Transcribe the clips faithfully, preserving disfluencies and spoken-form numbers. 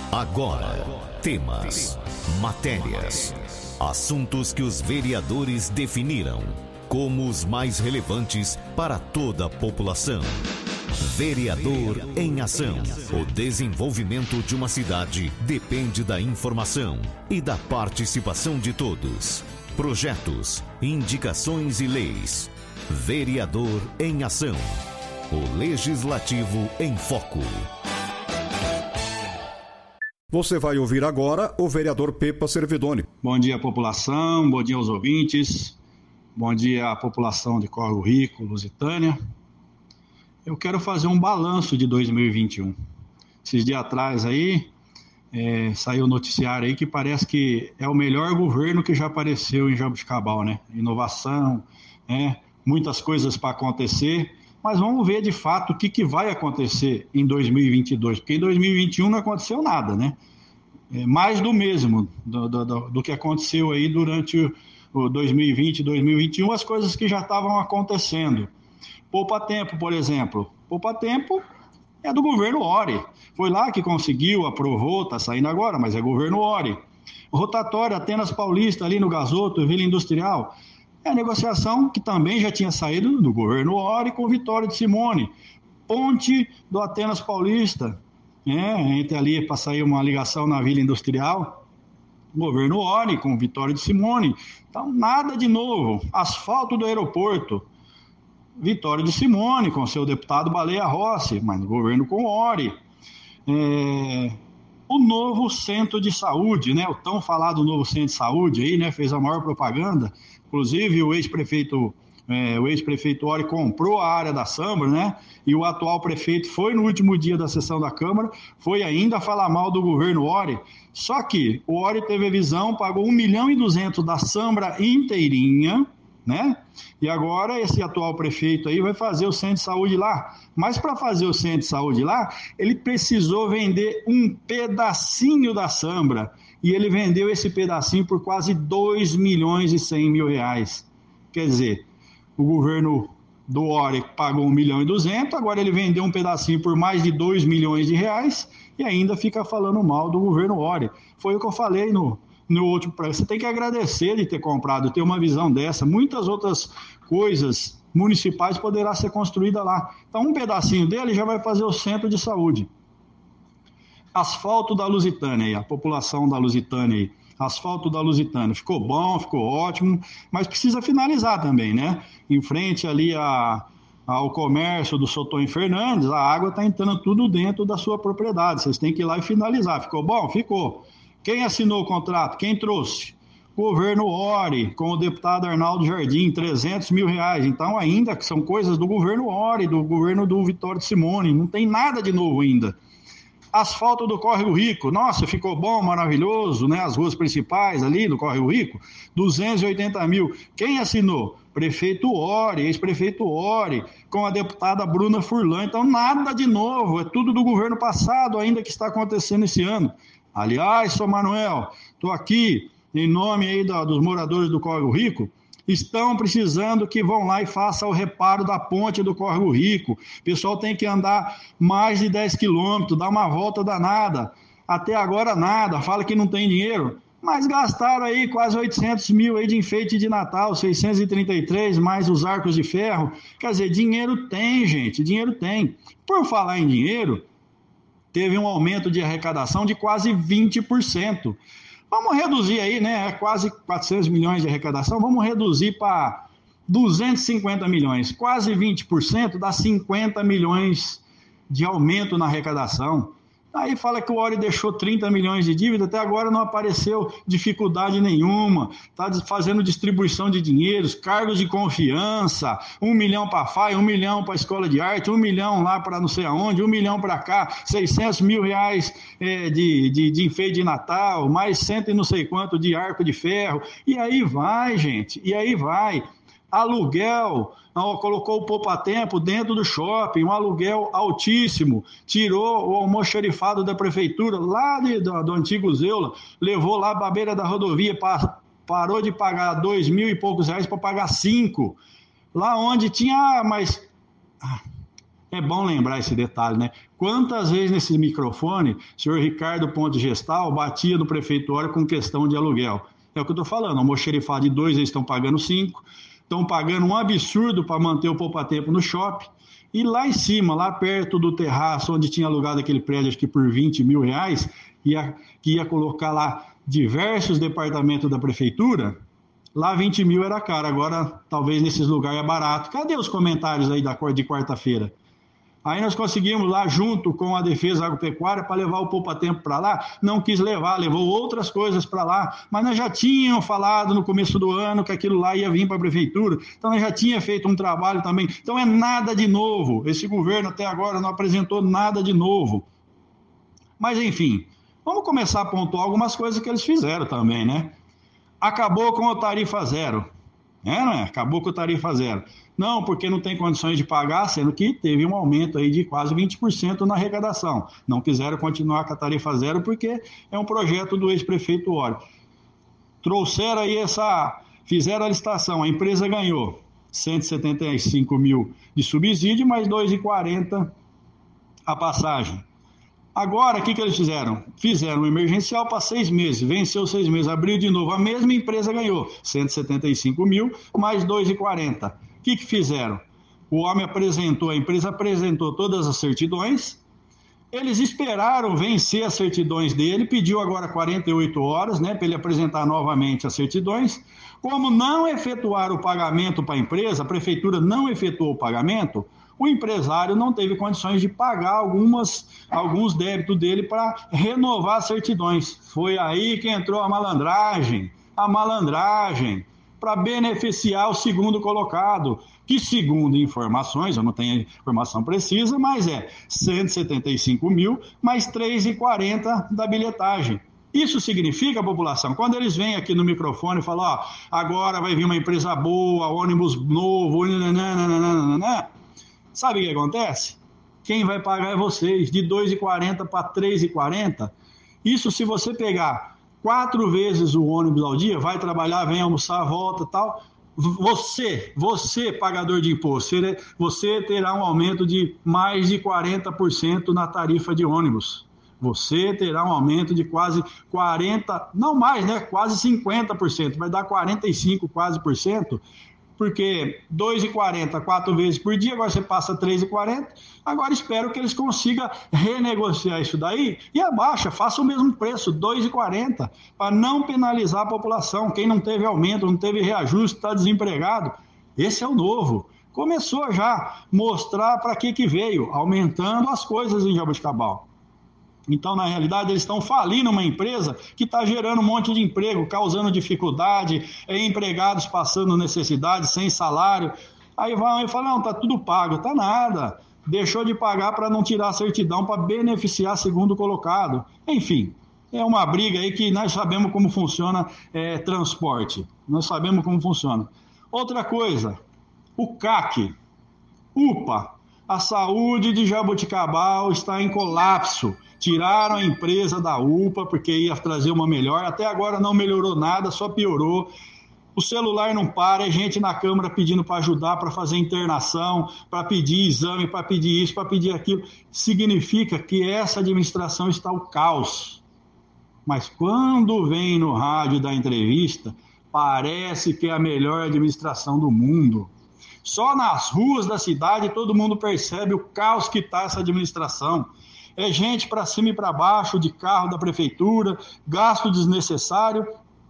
Agora, temas, matérias, assuntos que os vereadores definiram como os mais relevantes para toda a população. Vereador em Ação. O desenvolvimento de uma cidade depende da informação e da participação de todos. Projetos, indicações e leis. Vereador em Ação. O Legislativo em Foco. Você vai ouvir agora o vereador Pepa Servidoni. Bom dia, população, bom dia aos ouvintes, bom dia à população de Córrego Rico, Lusitânia. Eu quero fazer um balanço de dois mil e vinte e um. Esses dias atrás aí, é, saiu o noticiário aí que parece que é o melhor governo que já apareceu em Jaboticabal, né? Inovação, né? Muitas coisas para acontecer. Mas vamos ver de fato o que, que vai acontecer em dois mil e vinte e dois, porque em dois mil e vinte e um não aconteceu nada, né? É mais do mesmo, do, do, do que aconteceu aí durante o, o dois mil e vinte e dois mil e vinte e um, as coisas que já estavam acontecendo. Poupa Tempo, por exemplo. Poupa Tempo é do governo Ori. Foi lá que conseguiu, aprovou, está saindo agora, mas é governo Ori. O rotatório Atenas Paulista, ali no Gasoto, Vila Industrial, é a negociação que também já tinha saído do governo Ori com Vitória de Simone. Ponte do Atenas Paulista, né, entre ali para sair uma ligação na Vila Industrial, governo Ori com Vitória de Simone. Então, nada de novo. Asfalto do aeroporto, Vitória de Simone com seu deputado Baleia Rossi, mas no governo com Ori. É... O novo centro de saúde, né, o tão falado novo centro de saúde aí, né, fez a maior propaganda. Inclusive, o ex-prefeito, é, o ex-prefeito Ori comprou a área da Sambra, né? E o atual prefeito foi no último dia da sessão da Câmara, foi ainda falar mal do governo Ori. Só que o Ori teve a visão, pagou um milhão e duzentos da Sambra inteirinha, né? E agora esse atual prefeito aí vai fazer o centro de saúde lá. Mas para fazer o centro de saúde lá, ele precisou vender um pedacinho da Sambra. E ele vendeu esse pedacinho por quase dois milhões e cem mil reais. Quer dizer, o governo do Ori pagou um milhão e duzentos, agora ele vendeu um pedacinho por mais de dois milhões de reais e ainda fica falando mal do governo Ori. Foi o que eu falei no, no último. Você tem que agradecer de ter comprado, ter uma visão dessa. Muitas outras coisas municipais poderá ser construída lá. Então, um pedacinho dele já vai fazer o centro de saúde. Asfalto da Lusitânia, a população da Lusitânia, asfalto da Lusitânia, ficou bom, ficou ótimo, mas precisa finalizar também, né? Em frente ali a, ao comércio do Sotonho Fernandes, a água está entrando tudo dentro da sua propriedade, vocês têm que ir lá e finalizar. Ficou bom? Ficou. Quem assinou o contrato? Quem trouxe? Governo Ori, com o deputado Arnaldo Jardim, trezentos mil reais. Então, ainda que são coisas do governo Ori, do governo do Vitória de Simone, não tem nada de novo ainda. Asfalto do Córrego Rico, nossa, ficou bom, maravilhoso, né? As ruas principais ali do Córrego Rico, duzentos e oitenta mil. Quem assinou? Prefeito Ori, ex-prefeito Ori, com a deputada Bruna Furlan. Então, nada de novo, é tudo do governo passado ainda que está acontecendo esse ano. Aliás, São Manuel, estou aqui em nome aí da, dos moradores do Córrego Rico, estão precisando que vão lá e façam o reparo da ponte do Córrego Rico. O pessoal tem que andar mais de dez quilômetros, dar uma volta danada. Até agora nada, fala que não tem dinheiro, mas gastaram aí quase oitocentos mil aí de enfeite de Natal, seiscentos e trinta e três, mais os arcos de ferro. Quer dizer, dinheiro tem, gente, dinheiro tem. Por falar em dinheiro, teve um aumento de arrecadação de quase vinte por cento. Vamos reduzir aí, né? É quase quatrocentos milhões de arrecadação, vamos reduzir para duzentos e cinquenta milhões. Quase vinte por cento dá cinquenta milhões de aumento na arrecadação. Aí fala que o Ori deixou trinta milhões de dívida, até agora não apareceu dificuldade nenhuma, está fazendo distribuição de dinheiros, cargos de confiança, um milhão para a F A I, um milhão para a Escola de Arte, um milhão lá para não sei aonde, um milhão para cá, seiscentos mil reais é, de, de, de enfeite de Natal, mais cento e não sei quanto de arco de ferro, e aí vai, gente, e aí vai. Aluguel, colocou o Poupa Tempo dentro do shopping, um aluguel altíssimo, tirou o almoxarifado da prefeitura lá de, do, do antigo Zeula, levou lá para a beira da rodovia, pa, parou de pagar dois mil e poucos reais para pagar cinco, lá onde tinha, ah, mas ah, É bom lembrar esse detalhe, né? Quantas vezes nesse microfone o senhor Ricardo Ponte Gestal batia no prefeitório com questão de aluguel? É o que eu estou falando, o almoxerifado de dois, eles estão pagando cinco, estão pagando um absurdo para manter o poupa-tempo no shopping, e lá em cima, lá perto do terraço, onde tinha alugado aquele prédio, acho que por vinte mil reais, ia, que ia colocar lá diversos departamentos da prefeitura, lá vinte mil era caro, agora talvez nesses lugares é barato. Cadê os comentários aí da, de quarta-feira? Aí nós conseguimos lá, junto com a Defesa Agropecuária, para levar o poupa-tempo para lá. Não quis levar, levou outras coisas para lá. Mas nós já tínhamos falado no começo do ano que aquilo lá ia vir para a prefeitura. Então nós já tínhamos feito um trabalho também. Então é nada de novo. Esse governo até agora não apresentou nada de novo. Mas enfim, vamos começar a pontuar algumas coisas que eles fizeram também, né? Acabou com a tarifa zero. É, não é? Acabou com a tarifa zero. Não, porque não tem condições de pagar, sendo que teve um aumento aí de quase vinte por cento na arrecadação. Não quiseram continuar com a tarifa zero porque é um projeto do ex-prefeito Ori. Trouxeram aí essa... Fizeram a licitação, a empresa ganhou cento e setenta e cinco mil de subsídio, mais dois reais e quarenta centavos a passagem. Agora, o que, que eles fizeram? Fizeram um emergencial para seis meses, venceu seis meses, abriu de novo, a mesma empresa ganhou cento e setenta e cinco mil, mais dois reais e quarenta centavos. O que, que fizeram? O homem apresentou, a empresa apresentou todas as certidões, eles esperaram vencer as certidões dele, pediu agora quarenta e oito horas, né, para ele apresentar novamente as certidões. Como não efetuaram o pagamento para a empresa, a prefeitura não efetuou o pagamento, o empresário não teve condições de pagar algumas, alguns débitos dele para renovar as certidões. Foi aí que entrou a malandragem, a malandragem, para beneficiar o segundo colocado, que segundo informações, eu não tenho informação precisa, mas é cento e setenta e cinco mil mais três reais e quarenta centavos da bilhetagem. Isso significa, população, quando eles vêm aqui no microfone e falam, ó, agora vai vir uma empresa boa, ônibus novo, nananana, sabe o que acontece? Quem vai pagar é vocês, de dois reais e quarenta centavos para três reais e quarenta centavos. Isso se você pegar quatro vezes o ônibus ao dia, vai trabalhar, vem almoçar, volta e tal, você, você pagador de imposto, você terá um aumento de mais de quarenta por cento na tarifa de ônibus. Você terá um aumento de quase quarenta por cento, não mais, né? Quase cinquenta por cento, vai dar quarenta e cinco por cento quase por cento, porque dois reais e quarenta centavos quatro vezes por dia, agora você passa três reais e quarenta centavos, agora espero que eles consigam renegociar isso daí e abaixa, faça o mesmo preço, dois reais e quarenta centavos, para não penalizar a população, quem não teve aumento, não teve reajuste, está desempregado, esse é o novo. Começou já a mostrar para que que veio, aumentando as coisas em Jaboticabal. Então, na realidade, eles estão falindo uma empresa que está gerando um monte de emprego, causando dificuldade, empregados passando necessidade, sem salário. Aí vão e falam, não, está tudo pago. Está nada. Deixou de pagar para não tirar a certidão, para beneficiar segundo colocado. Enfim, é uma briga aí que nós sabemos como funciona é, transporte. Nós sabemos como funciona. Outra coisa, o C A C, U P A, a saúde de Jaboticabal está em colapso. Tiraram a empresa da U P A porque ia trazer uma melhor, até agora não melhorou nada, só piorou. O celular não para, é gente na Câmara pedindo para ajudar, para fazer internação, para pedir exame, para pedir isso, para pedir aquilo. Significa que essa administração está o caos. Mas quando vem no rádio da entrevista, parece que é a melhor administração do mundo. Só nas ruas da cidade todo mundo percebe o caos que está essa administração. É gente para cima e para baixo de carro da prefeitura, gasto desnecessário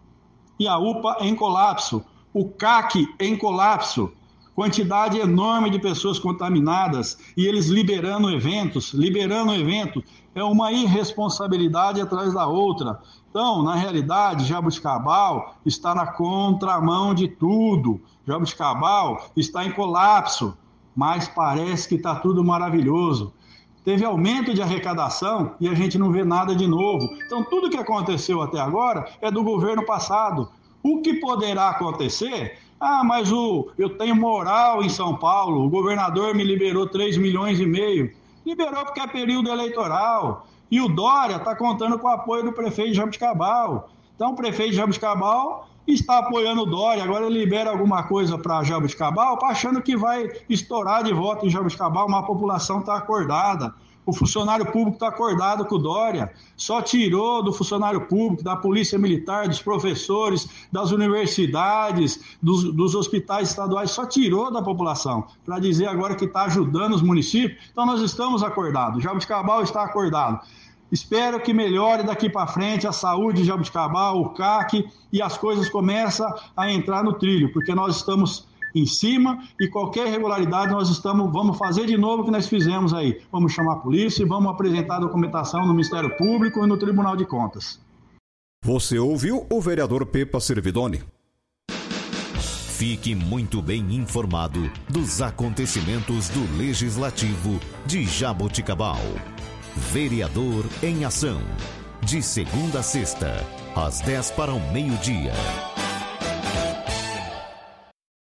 e a U P A em colapso. O C A C em colapso, quantidade enorme de pessoas contaminadas e eles liberando eventos, liberando eventos, é uma irresponsabilidade atrás da outra. Então, na realidade, Jaboticabal está na contramão de tudo. Jaboticabal está em colapso, mas parece que está tudo maravilhoso. Teve aumento de arrecadação e a gente não vê nada de novo. Então, tudo que aconteceu até agora é do governo passado. O que poderá acontecer? Ah, mas o, eu tenho moral em São Paulo, o governador me liberou três milhões e meio. Liberou porque é período eleitoral. E o Dória está contando com o apoio do prefeito de Jaboticabal. Então o prefeito de Jaboticabal está apoiando o Dória, agora ele libera alguma coisa para Jaboticabal, achando que vai estourar de voto em Jaboticabal, mas a população está acordada. O funcionário público está acordado com o Dória, só tirou do funcionário público, da polícia militar, dos professores, das universidades, dos, dos hospitais estaduais, só tirou da população, para dizer agora que está ajudando os municípios. Então nós estamos acordados, Jaboticabal está acordado. Espero que melhore daqui para frente a saúde de Jaboticabal, o C A C, e as coisas começam a entrar no trilho, porque nós estamos em cima e qualquer irregularidade nós estamos, vamos fazer de novo o que nós fizemos aí. Vamos chamar a polícia e vamos apresentar a documentação no Ministério Público e no Tribunal de Contas. Você ouviu o vereador Pepa Servidoni. Fique muito bem informado dos acontecimentos do Legislativo de Jaboticabal. Vereador em Ação. De segunda a sexta, às dez para o meio-dia.